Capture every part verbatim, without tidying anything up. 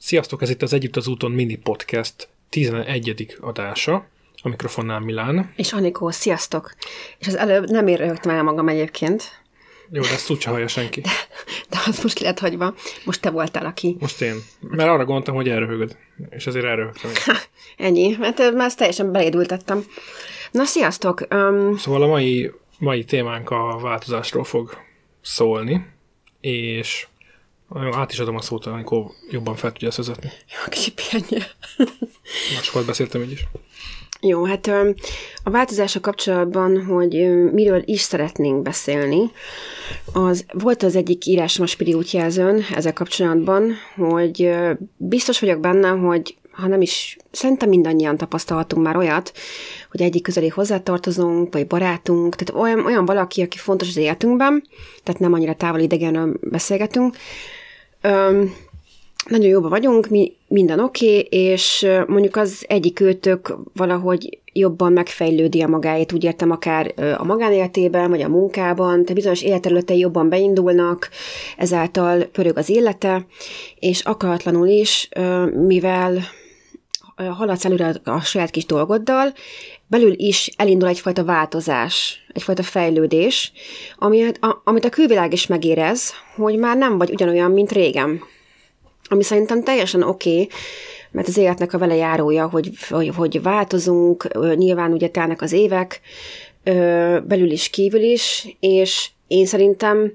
Sziasztok, ez itt az Együtt az úton mini podcast tizenegyedik adása. A mikrofonnál Milán. És Anikó, sziasztok! És az előbb nem röhögtem el magam egyébként. Jó, de ezt úgyse hallja senki. De, de az most ki lett hagyva. Most te voltál, aki... Most én. Mert arra gondoltam, hogy elröhögöd. És azért elröhögtem. Ha, ennyi. Mert már ezt teljesen belédültettem. Na, sziasztok! Um... Szóval a mai, mai témánk a változásról fog szólni. És át is adom a szót, amikor jobban fel tudja ezt vezetni. Jó, kicsi pihenje. Másokat beszéltem így is. Jó, hát a változással kapcsolatban, hogy miről is szeretnénk beszélni, az volt az egyik írásom a Spiri útjelzőn ezzel kapcsolatban, hogy biztos vagyok benne, hogy ha nem is, szerintem mindannyian tapasztalhatunk már olyat, hogy egyik közeli hozzátartozónk, vagy barátunk, tehát olyan, olyan valaki, aki fontos az életünkben, tehát nem annyira távol idegenről beszélgetünk, Öm, nagyon jóban vagyunk, mi, minden oké, okay, és mondjuk az egyik őtök valahogy jobban megfejlődi a magáét, úgy értem akár a magánéletében, vagy a munkában, tehát bizonyos életterületei jobban beindulnak, ezáltal pörög az élete, és akaratlanul is, mivel haladsz előre a saját kis dolgoddal, belül is elindul egyfajta változás, egyfajta fejlődés, amit a, amit a külvilág is megérez, hogy már nem vagy ugyanolyan, mint régen. Ami szerintem teljesen oké, okay, mert az életnek a velejárója, hogy, hogy, hogy változunk, nyilván ugye telnek az évek, belül is, kívül is, és én szerintem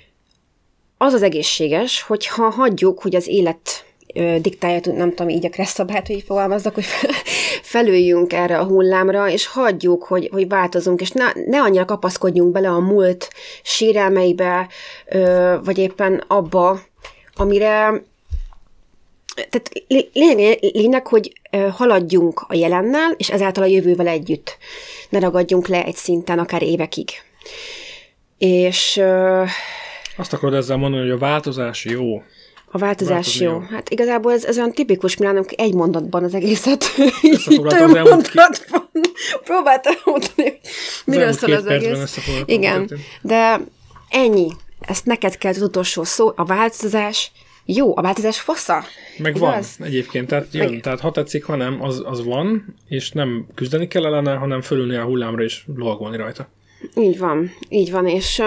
az az egészséges, hogyha hagyjuk, hogy az élet diktálja, nem tudom, így a kresszabát, hogy fogalmazzak, hogy felüljünk erre a hullámra, és hagyjuk, hogy, hogy változunk, és ne, ne annyira kapaszkodjunk bele a múlt sérelmeibe, vagy éppen abba, amire tehát lényeg, lényeg, hogy haladjunk a jelennel, és ezáltal a jövővel együtt. Ne ragadjunk le egy szinten, akár évekig. És... Azt akarod ezzel mondani, hogy a változás jó. A változás jó. jó. Hát igazából ez, ez olyan tipikus, Milánok egy mondatban az egészet. Több mondatban. Próbáltam mondani, hogy miről szól az egész. Igen, de ennyi. Ezt neked kell az utolsó szó. A változás jó, a változás fosza. Meg igaz? Van egyébként, tehát jön, Meg... tehát ha tetszik, ha nem, az, az van, és nem küzdeni kell ellene, hanem fölülni a hullámra és lovagolni rajta. Így van, így van, és,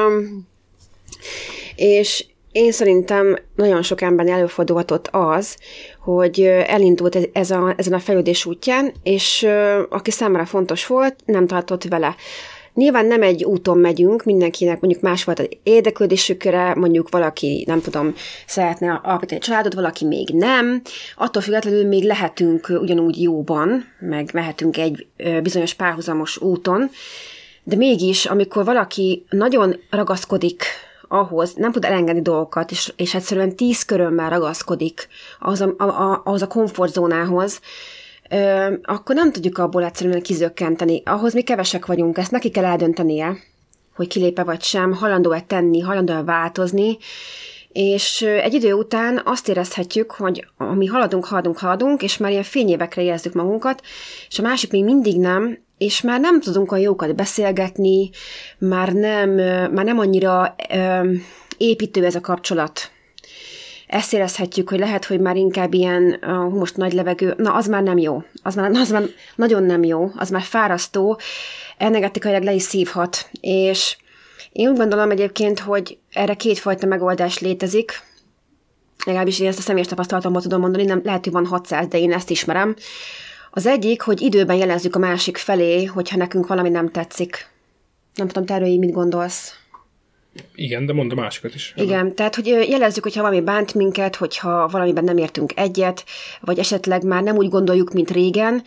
és én szerintem nagyon sok emberben előfordulhatott az, hogy elindult ez a, ezen a fejlődés útján, és aki számára fontos volt, nem tartott vele. Nyilván nem egy úton megyünk, mindenkinek mondjuk más volt az érdeklődésükre, mondjuk valaki, nem tudom, szeretne alapítani egy családot, valaki még nem. Attól függetlenül még lehetünk ugyanúgy jóban, meg mehetünk egy bizonyos párhuzamos úton, de mégis, amikor valaki nagyon ragaszkodik ahhoz, nem tud elengedni dolgokat, és, és egyszerűen tíz körömmel ragaszkodik ahhoz a, a, ahhoz a komfortzónához, Ö, akkor nem tudjuk abból egyszerűen kizökkenteni. Ahhoz mi kevesek vagyunk, ezt neki kell eldöntenie, hogy kilépe vagy sem, hajlandó-e tenni, hajlandó-e változni, és egy idő után azt érezhetjük, hogy mi haladunk, haladunk, haladunk, és már ilyen fényévekre érezzük magunkat, és a másik még mindig nem, és már nem tudunk a jókat beszélgetni, már nem, már nem annyira ö, építő ez a kapcsolat. Ezt érezhetjük, hogy lehet, hogy már inkább ilyen uh, most nagy levegő, na az már nem jó, az már, az már nagyon nem jó, az már fárasztó, energetikailag le is szívhat, és én úgy gondolom egyébként, hogy erre kétfajta megoldás létezik, legalábbis én ezt a személyes tapasztalatomból tudom mondani, nem, lehet, hogy van hatszáz, de én ezt ismerem. Az egyik, hogy időben jelezzük a másik felé, hogyha nekünk valami nem tetszik. Nem tudom, te erről így mit gondolsz? Igen, de mondd a másikat is. Igen, tehát, hogy jelezzük, hogyha valami bánt minket, hogyha valamiben nem értünk egyet, vagy esetleg már nem úgy gondoljuk, mint régen.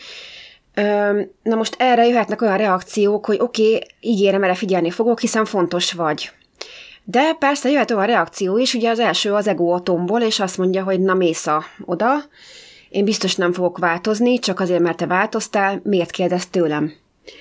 Na most erre jöhetnek olyan reakciók, hogy oké, okay, ígérem, erre figyelni fogok, hiszen fontos vagy. De persze jöhet olyan reakció is, ugye az első az ego atomból, és azt mondja, hogy na mésza oda, én biztos nem fogok változni, csak azért, mert te változtál, miért kérdezz tőlem?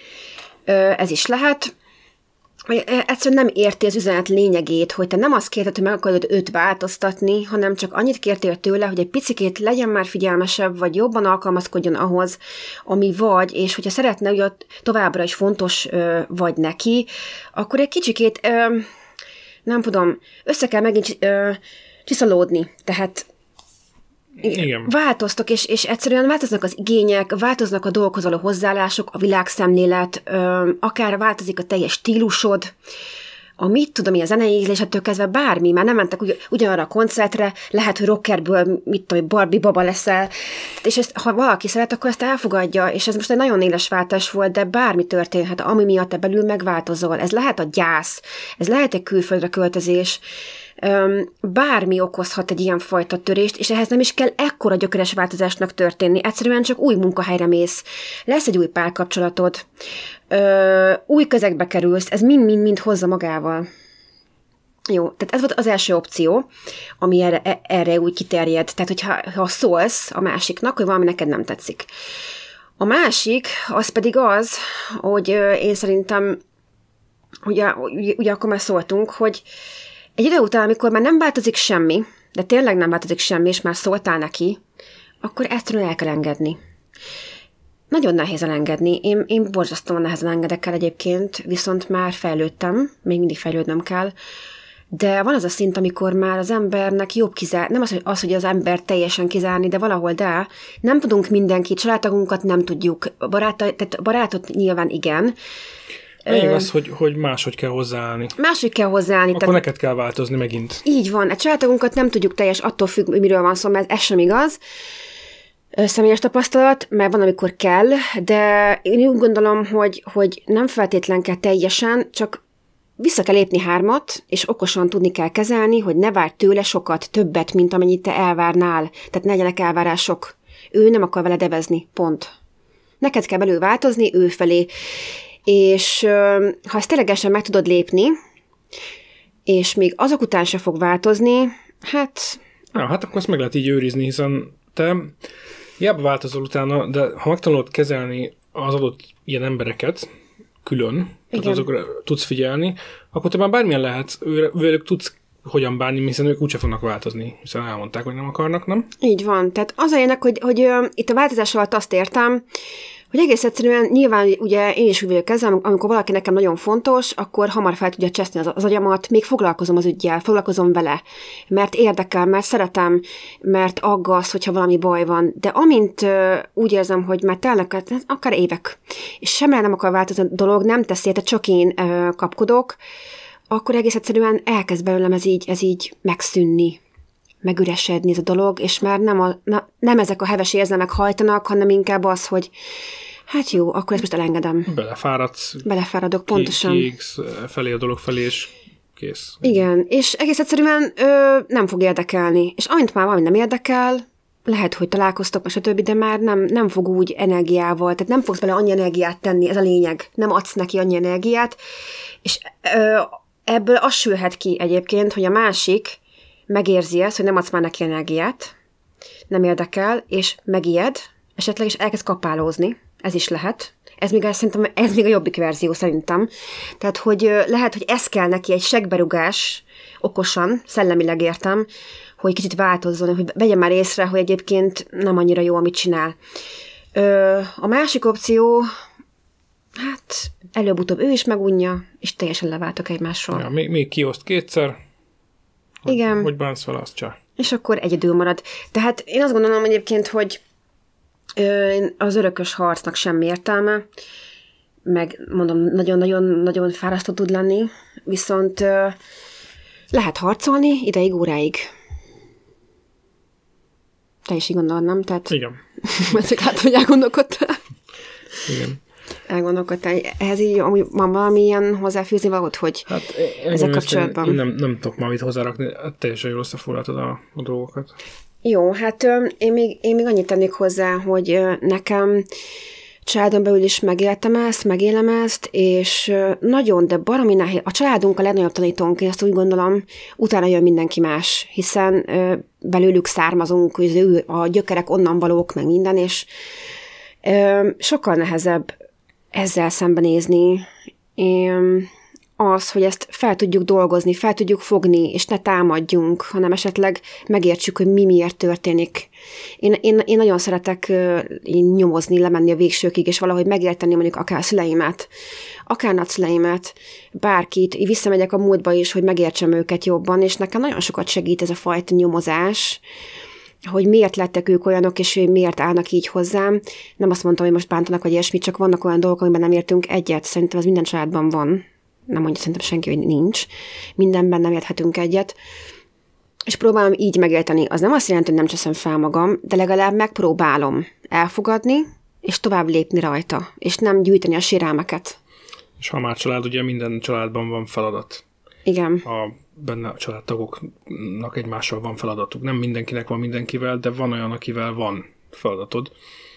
Ez is lehet. Egyszerűen nem érti az üzenet lényegét, hogy te nem azt kérted, hogy meg akarod őt változtatni, hanem csak annyit kértél tőle, hogy egy picikét legyen már figyelmesebb, vagy jobban alkalmazkodjon ahhoz, ami vagy, és hogyha szeretne, hogy ott továbbra is fontos ö, vagy neki, akkor egy kicsikét, ö, nem tudom, össze kell megint ö, csiszolódni. Tehát Igen. Változtok, és, és egyszerűen változnak az igények, változnak a dolgokhoz való hozzáállások, a világszemlélet, ö, akár változik a teljes stílusod, a mit tudom, a zenei ízlésettől kezdve bármi, már nem mentek ugy, ugyanarra a koncertre, lehet, hogy rockerből, mit tudom, Barbie baba leszel, és ezt, ha valaki szeret, akkor ezt elfogadja, és ez most egy nagyon éles váltás volt, de bármi történhet, ami miatt te belül megváltozol. Ez lehet a gyász, ez lehet egy külföldre költözés, bármi okozhat egy ilyen fajta törést, és ehhez nem is kell ekkora gyökeres változásnak történni. Egyszerűen csak új munkahelyre mész, lesz egy új párkapcsolatod, új közegbe kerülsz, ez mind-mind-mind hozza magával. Jó, tehát ez volt az első opció, ami erre, erre úgy kiterjed. Tehát, hogyha ha szólsz a másiknak, hogy valami neked nem tetszik. A másik, az pedig az, hogy én szerintem, ugye, ugye akkor már szóltunk, hogy egy idő után, amikor már nem változik semmi, de tényleg nem változik semmi, és már szóltál neki, akkor egyszerűen el kell engedni. Nagyon nehéz elengedni. Én, én borzasztóan nehezen engedek el egyébként, viszont már fejlődtem, még mindig fejlődnöm kell, de van az a szint, amikor már az embernek jobb kizárni, nem az, hogy, az, hogy az ember teljesen kizárni, de valahol de nem tudunk mindenkit, családtagunkat nem tudjuk, baráta, tehát barátot nyilván igen. Még az, hogy, hogy máshogy kell hozzáállni. Máshogy kell hozzáállni. Akkor neked kell változni megint. Így van. A családtagunkat nem tudjuk teljes, attól függ, miről van szó, mert ez sem igaz. Személyes tapasztalat, mert van, amikor kell, de én úgy gondolom, hogy, hogy nem feltétlen kell teljesen, csak vissza kell lépni hármat, és okosan tudni kell kezelni, hogy ne várj tőle sokat, többet, mint amennyit te elvárnál. Tehát ne legyenek elvárások. Ő nem akar veled evezni. Pont. Neked kell belül változni ő felé. És ha ezt ténylegesen meg tudod lépni, és még azok után se fog változni, hát... Ja, hát akkor ezt meg lehet így őrizni, hiszen te hiába változol utána, de ha megtanulod kezelni az adott ilyen embereket külön, tehát azokra tudsz figyelni, akkor te már bármilyen lehet, ők tudsz hogyan bánni, hiszen ők úgyse fognak változni, hiszen elmondták, hogy nem akarnak, nem? Így van. Tehát az a lényeg, hogy, hogy uh, itt a változás alatt azt értem, hogy egész egyszerűen nyilván ugye én is úgy vagyok ezzel, amikor valaki nekem nagyon fontos, akkor hamar fel tudja cseszni az, az agyamat, még foglalkozom az üggyel, foglalkozom vele, mert érdekel, mert szeretem, mert aggaszt, hogyha valami baj van. De amint uh, úgy érzem, hogy már telnek akár évek, és semmilyen nem akar változni a dolog, nem teszi, tehát csak én uh, kapkodok, akkor egész egyszerűen elkezd belőlem ez így, ez így megszűnni, megüresedni ez a dolog, és már nem, a, na, nem ezek a heves érzelmek hajtanak, hanem inkább az, hogy hát jó, akkor ezt most elengedem. Belefáradsz. Belefáradok, pontosan. Kiégsz felé a dolog felé, és kész. Igen, és egész egyszerűen ö, nem fog érdekelni. És amint már valami nem érdekel, lehet, hogy találkoztok, és a többi, de már nem, nem fog úgy energiával, tehát nem fogsz bele annyi energiát tenni, ez a lényeg. Nem adsz neki annyi energiát, és ö, ebből az sülhet ki egyébként, hogy a másik megérzi ezt, hogy nem adsz már neki energiát, nem érdekel, és megijed, esetleg is elkezd kapálózni. Ez is lehet. Ez még, szerintem, ez még a jobbik verzió szerintem. Tehát, hogy lehet, hogy ez kell neki egy segberugás, okosan, szellemileg értem, hogy kicsit változzon, hogy vegye már észre, hogy egyébként nem annyira jó, amit csinál. Ö, a másik opció, hát előbb-utóbb ő is megunja, és teljesen leváltok egymásról. Ja, még, még kioszt kétszer, hogy, igen. Hogy bánsz vele, azt csá. És akkor egyedül marad. Tehát én azt gondolom egyébként, hogy az örökös harcnak semmi értelme, meg mondom, nagyon-nagyon-nagyon fárasztó tud lenni, viszont lehet harcolni ideig, óráig. Te is így gondolod, nem? Tehát, igen. Mert csak látom, hogy elgondolkodtál. Igen. Elgondolkodtál. Ehhez így van valami ilyen hozzáfűzni valót, hogy hát, ezzel kapcsolatban? Én nem, nem tudok már mit hozzárakni, teljesen jól összefoglaltad a, a dolgokat. Jó, hát én még, én még annyit tennék hozzá, hogy nekem családon belül is megéltem ezt, megélem ezt, és nagyon, de baromi nehéz. A családunk a legnagyobb tanítónk, én azt úgy gondolom, utána jön mindenki más, hiszen belőlük származunk, hogy ő, a gyökerek onnan valók, meg minden, és sokkal nehezebb ezzel szembenézni. Én, az, hogy ezt fel tudjuk dolgozni, fel tudjuk fogni, és ne támadjunk, hanem esetleg megértsük, hogy mi miért történik. Én, én, én nagyon szeretek uh, nyomozni, lemenni a végsőkig, és valahogy megérteni mondjuk akár szüleimet, akár nagyszüleimet, bárkit, így visszamegyek a múltba is, hogy megértsem őket jobban, és nekem nagyon sokat segít ez a fajta nyomozás, hogy miért lettek ők olyanok, és hogy miért állnak így hozzám. Nem azt mondtam, hogy most bántanak, vagy ilyesmi, csak vannak olyan dolgok, amiben nem értünk egyet. Szerintem ez minden családban van. Nem mondja szerintem senki, hogy nincs. Mindenben nem érthetünk egyet. És próbálom így megérteni. Az nem azt jelenti, hogy nem cseszem fel magam, de legalább megpróbálom elfogadni, és tovább lépni rajta, és nem gyűjteni a sérelmeket. És ha már család, ugye minden családban van feladat. Igen. A benne a családtagoknak egymással van feladatuk. Nem mindenkinek van mindenkivel, de van olyan, akivel van feladatod.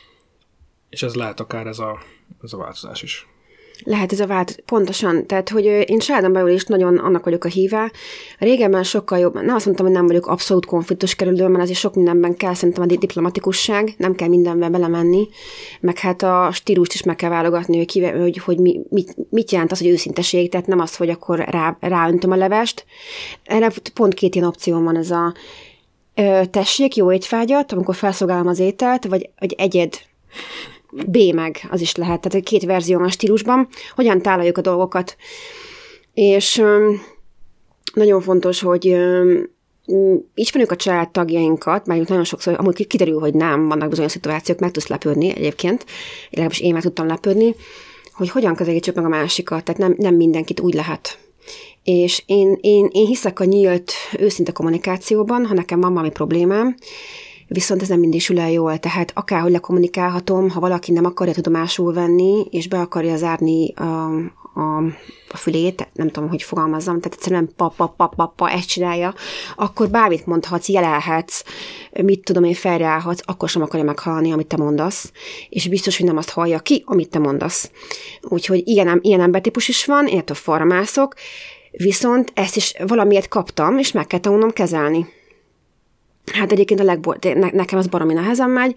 És ez lehet akár ez a, ez a változás is. Lehet ez a vált, pontosan. Tehát, hogy én családon belül is nagyon annak vagyok a híve. Régebben sokkal jobb, nem azt mondtam, hogy nem vagyok abszolút konfliktus kerülő, mert azért sok mindenben kell szerintem a diplomatikusság, nem kell mindenben belemenni, meg hát a stílust is meg kell válogatni, hogy, kive, hogy, hogy mi, mit, mit jelent az, hogy őszinteség, tehát nem az, hogy akkor rá, ráöntöm a levest. Erre pont két ilyen opció van, ez a tessék, jó étvágyat, amikor felszolgálom az ételt, vagy, vagy egyed. B meg, az is lehet, tehát két verzió van a stílusban, hogyan tálaljuk a dolgokat. És öm, nagyon fontos, hogy öm, ismerjük a családtagjainkat, mert nagyon sokszor, amúgy kiderül, hogy nem, vannak bizonyos szituációk, meg tudsz lepődni egyébként, legalábbis én meg tudtam lepődni, hogy hogyan közelítsük meg a másikat, tehát nem, nem mindenkit úgy lehet. És én, én, én hiszek a nyílt, őszinte kommunikációban, ha nekem van valami problémám, viszont ez nem mindig sül el jól, tehát akárhogy lekommunikálhatom, ha valaki nem akarja tudomásul venni, és be akarja zárni a, a, a fülét, nem tudom, hogy fogalmazzam, tehát egyszerűen pa-pa-pa-pa-pa ezt csinálja, akkor bármit mondhatsz, jelelhetsz, mit tudom én, felreállhatsz, akkor sem akarja meghallani, amit te mondasz, és biztos, hogy nem azt hallja ki, amit te mondasz. Úgyhogy ilyen, ilyen embertípus is van, én ettől falra mászok, viszont ezt is valamiért kaptam, és meg kell tanulnom kezelni. Hát egyébként a legbo- ne- nekem az baromi nehezen megy,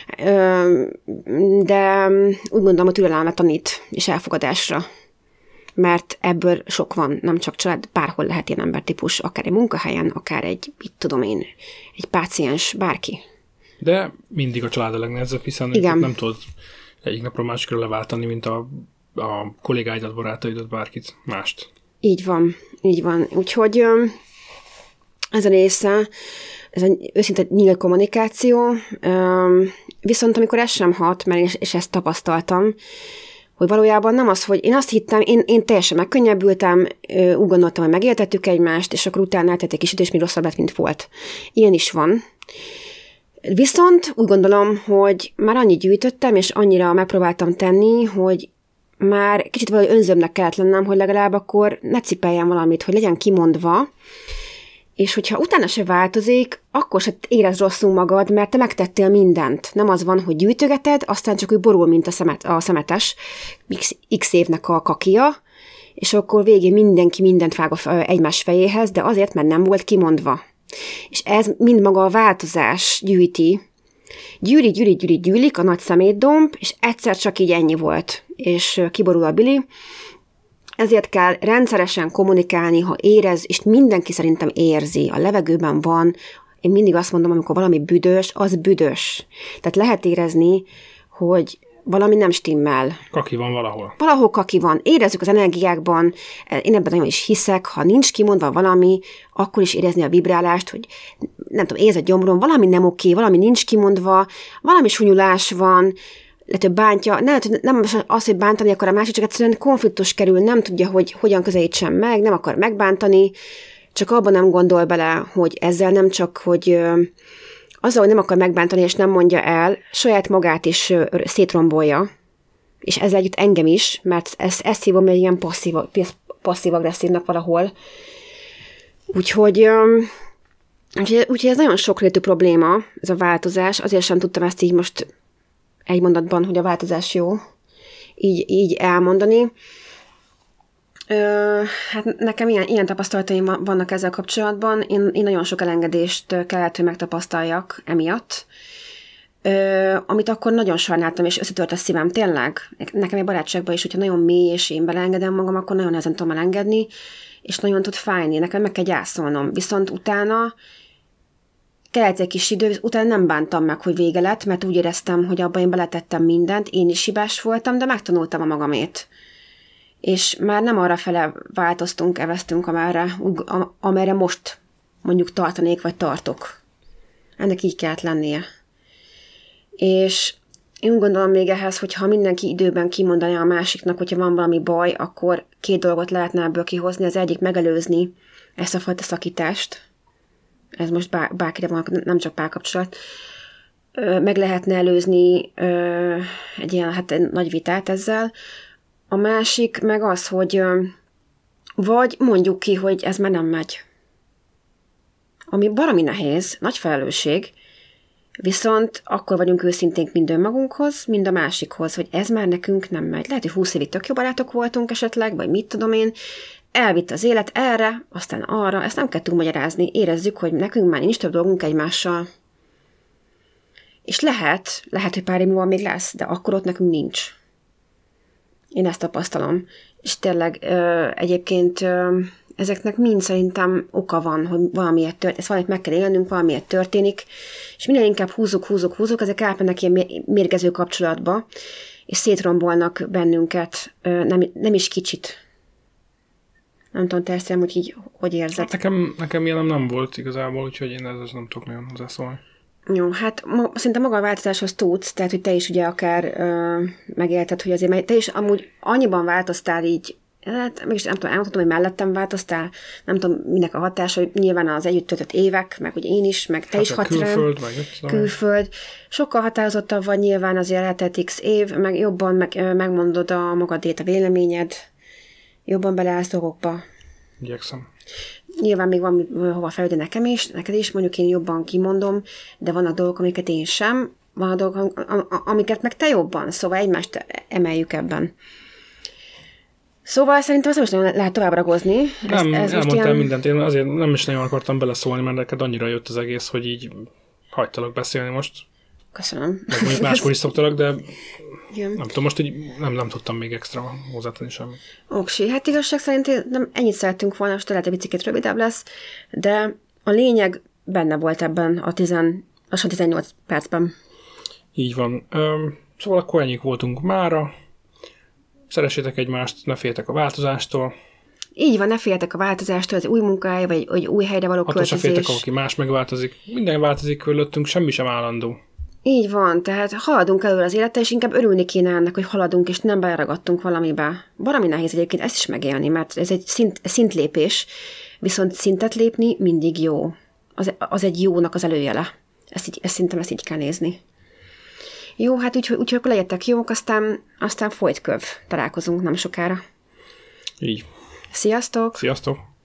de úgy mondom, a türelelmet tanít, és elfogadásra. Mert ebből sok van, nem csak család, bárhol lehet ilyen embertípus, akár egy munkahelyen, akár egy, mit tudom én, egy páciens, bárki. De mindig a család a legnehezebb, hiszen nem tudod egyik napról másikra leváltani, mint a, a kollégáidat, barátaidat, bárkit, mást. Így van, így van. Úgyhogy ez a része, ez egy őszinte nyílt kommunikáció, viszont amikor ez sem hat, mert én és ezt tapasztaltam, hogy valójában nem az, hogy én azt hittem, én, én teljesen megkönnyebbültem, úgy gondoltam, hogy megértettük egymást, és akkor utána eltették kis idő, és még rosszabb lett, mint volt. Ilyen is van. Viszont úgy gondolom, hogy már annyit gyűjtöttem, és annyira megpróbáltam tenni, hogy már kicsit valahogy önzőbbnek kellett lennem, hogy legalább akkor ne cipeljen valamit, hogy legyen kimondva, és hogyha utána se változik, akkor se érezd rosszul magad, mert te megtettél mindent. Nem az van, hogy gyűjtögeted, aztán csak úgy borul, mint a, szemet, a szemetes x, x évnek a kakia, és akkor végén mindenki mindent vág egymás fejéhez, de azért, mert nem volt kimondva. És ez mind maga a változás gyűjti. Gyűri, gyűri, gyűri, gyűlik a nagy szemétdomb, és egyszer csak így ennyi volt, és kiborul a bili. Ezért kell rendszeresen kommunikálni, ha érez, és mindenki szerintem érzi, a levegőben van, én mindig azt mondom, amikor valami büdös, az büdös. Tehát lehet érezni, hogy valami nem stimmel. Kaki van valahol. Valahol kaki van. Érezzük az energiákban, én ebben nagyon is hiszek, ha nincs kimondva valami, akkor is érezni a vibrálást, hogy nem tudom, érz a gyomron, valami nem oké, valami nincs kimondva, valami sunyulás van, lehet, hogy bántja, nem, nem az, hogy bántani akar a másik, csak egyszerűen konfliktus kerül, nem tudja, hogy hogyan közelítsen meg, nem akar megbántani, csak abban nem gondol bele, hogy ezzel nem csak, hogy azzal, hogy nem akar megbántani, és nem mondja el, saját magát is szétrombolja, és ezzel együtt engem is, mert ezt, ezt hívom egy ilyen passzív, passzív-agresszívnak valahol. Úgyhogy, úgyhogy, úgyhogy ez nagyon sokrétű probléma, ez a változás, azért sem tudtam ezt így most egy mondatban, hogy a változás jó, így, így elmondani. Ö, hát nekem ilyen, ilyen tapasztalataim vannak ezzel kapcsolatban. Én, én nagyon sok elengedést kellett, hogy megtapasztaljak emiatt, Ö, amit akkor nagyon sajnáltam, és összetört a szívem, tényleg. Nekem egy barátságban is, hogyha nagyon mély, és én beleengedem magam, akkor nagyon nehezen tudom elengedni, és nagyon tud fájni. Nekem meg kell gyászolnom. Viszont utána kellett egy kis idő, utána nem bántam meg, hogy vége lett, mert úgy éreztem, hogy abban én beletettem mindent, én is hibás voltam, de megtanultam a magamét. És már nem arra fele változtunk, eveztünk, amerre, amerre most mondjuk tartanék, vagy tartok. Ennek így kellett lennie. És én úgy gondolom még ehhez, hogy ha mindenki időben kimondaná a másiknak, hogyha van valami baj, akkor két dolgot lehetne ebből kihozni. Az egyik megelőzni ezt a fajta szakítást. Ez most bár, bárkire van, nem csak párkapcsolat. Meg lehetne előzni ö, egy ilyen hát egy nagy vitát ezzel. A másik meg az, hogy ö, vagy mondjuk ki, hogy ez már nem megy. Ami baromi nehéz, nagy felelősség, viszont akkor vagyunk őszinténk mind önmagunkhoz, mind a másikhoz, hogy ez már nekünk nem megy. Lehet, hogy húsz évig tök jó barátok voltunk esetleg, vagy mit tudom én, elvitt az élet erre, aztán arra, ezt nem kell túlmagyarázni, érezzük, hogy nekünk már nincs több dolgunk egymással. És lehet, lehet, hogy pár év múlva még lesz, de akkor ott nekünk nincs. Én ezt tapasztalom. És tényleg ö, egyébként ö, ezeknek mind szerintem oka van, hogy valamiért történik, ezt valamit meg kell élnünk, valamiért történik, és minél inkább húzzuk, húzzuk, húzzuk, ezek elmennek ilyen mérgező kapcsolatba, és szétrombolnak bennünket, ö, nem, nem is kicsit. Nem tudom, te ezt nem, hogy így hogy érzed. Hát nekem, nekem ilyen nem volt igazából, úgyhogy én ezzel nem tudok nagyon hozzászólni. Jó, hát ma, szerintem maga a változáshoz tudsz, tehát, hogy te is ugye akár ö, megélted, hogy azért, mert te is amúgy annyiban változtál így, hát mégis nem tudom, elmondhatom, hogy mellettem változtál, nem tudom, minek a hatása, hogy nyilván az együtt töltött évek, meg hogy én is, meg te hát is hat külföld, rám, vagy külföld. Sokkal határozottabb vagy nyilván azért eltelt x év, meg jobban meg, megmondod a magadét, a véleményed, jobban beleállsz dolgokba. Igyekszem. Nyilván még van hova fejlődni nekem is, neked is, mondjuk én jobban kimondom, de vannak dolgok, amiket én sem, vannak dolgok, amiket meg te jobban, szóval egymást emeljük ebben. Szóval szerintem azt most nagyon lehet tovább ragozni. Nem, ez, ez elmondtál ilyen... mindent, én azért nem is nagyon akartam beleszólni, mert neked annyira jött az egész, hogy így hagytalak beszélni most. Köszönöm. Meg mondjuk máskor is szoktalak, de igen. Nem tudom, most így nem, nem tudtam még extra hozzátenni semmit. Oksi, hát igazság szerint nem ennyit szerettünk volna, most lehet, hogy picit rövidebb lesz, de a lényeg benne volt ebben a tizennyolc percben. Így van. Üm, szóval akkor ennyik voltunk mára. Szeressétek egymást, ne féljetek a változástól. Így van, ne féljetek a változástól, az új munkahely, vagy egy új helyre való költözés. Attól se féljetek, aki más megváltozik. Minden változik körülöttünk, semmi sem állandó. Így van, tehát haladunk előre az élettel, és inkább örülni kéne ennek, hogy haladunk, és nem beleragadtunk valamibe. Valami nehéz egyébként ezt is megélni, mert ez egy szint, szintlépés, viszont szintet lépni mindig jó. Az, az egy jónak az előjele. Ezt, így, ezt szerintem ezt így kell nézni. Jó, hát úgyhogy úgy, akkor legyetek jók, aztán, aztán folyt köv. Találkozunk nem sokára. Így. Sziasztok! Sziasztok!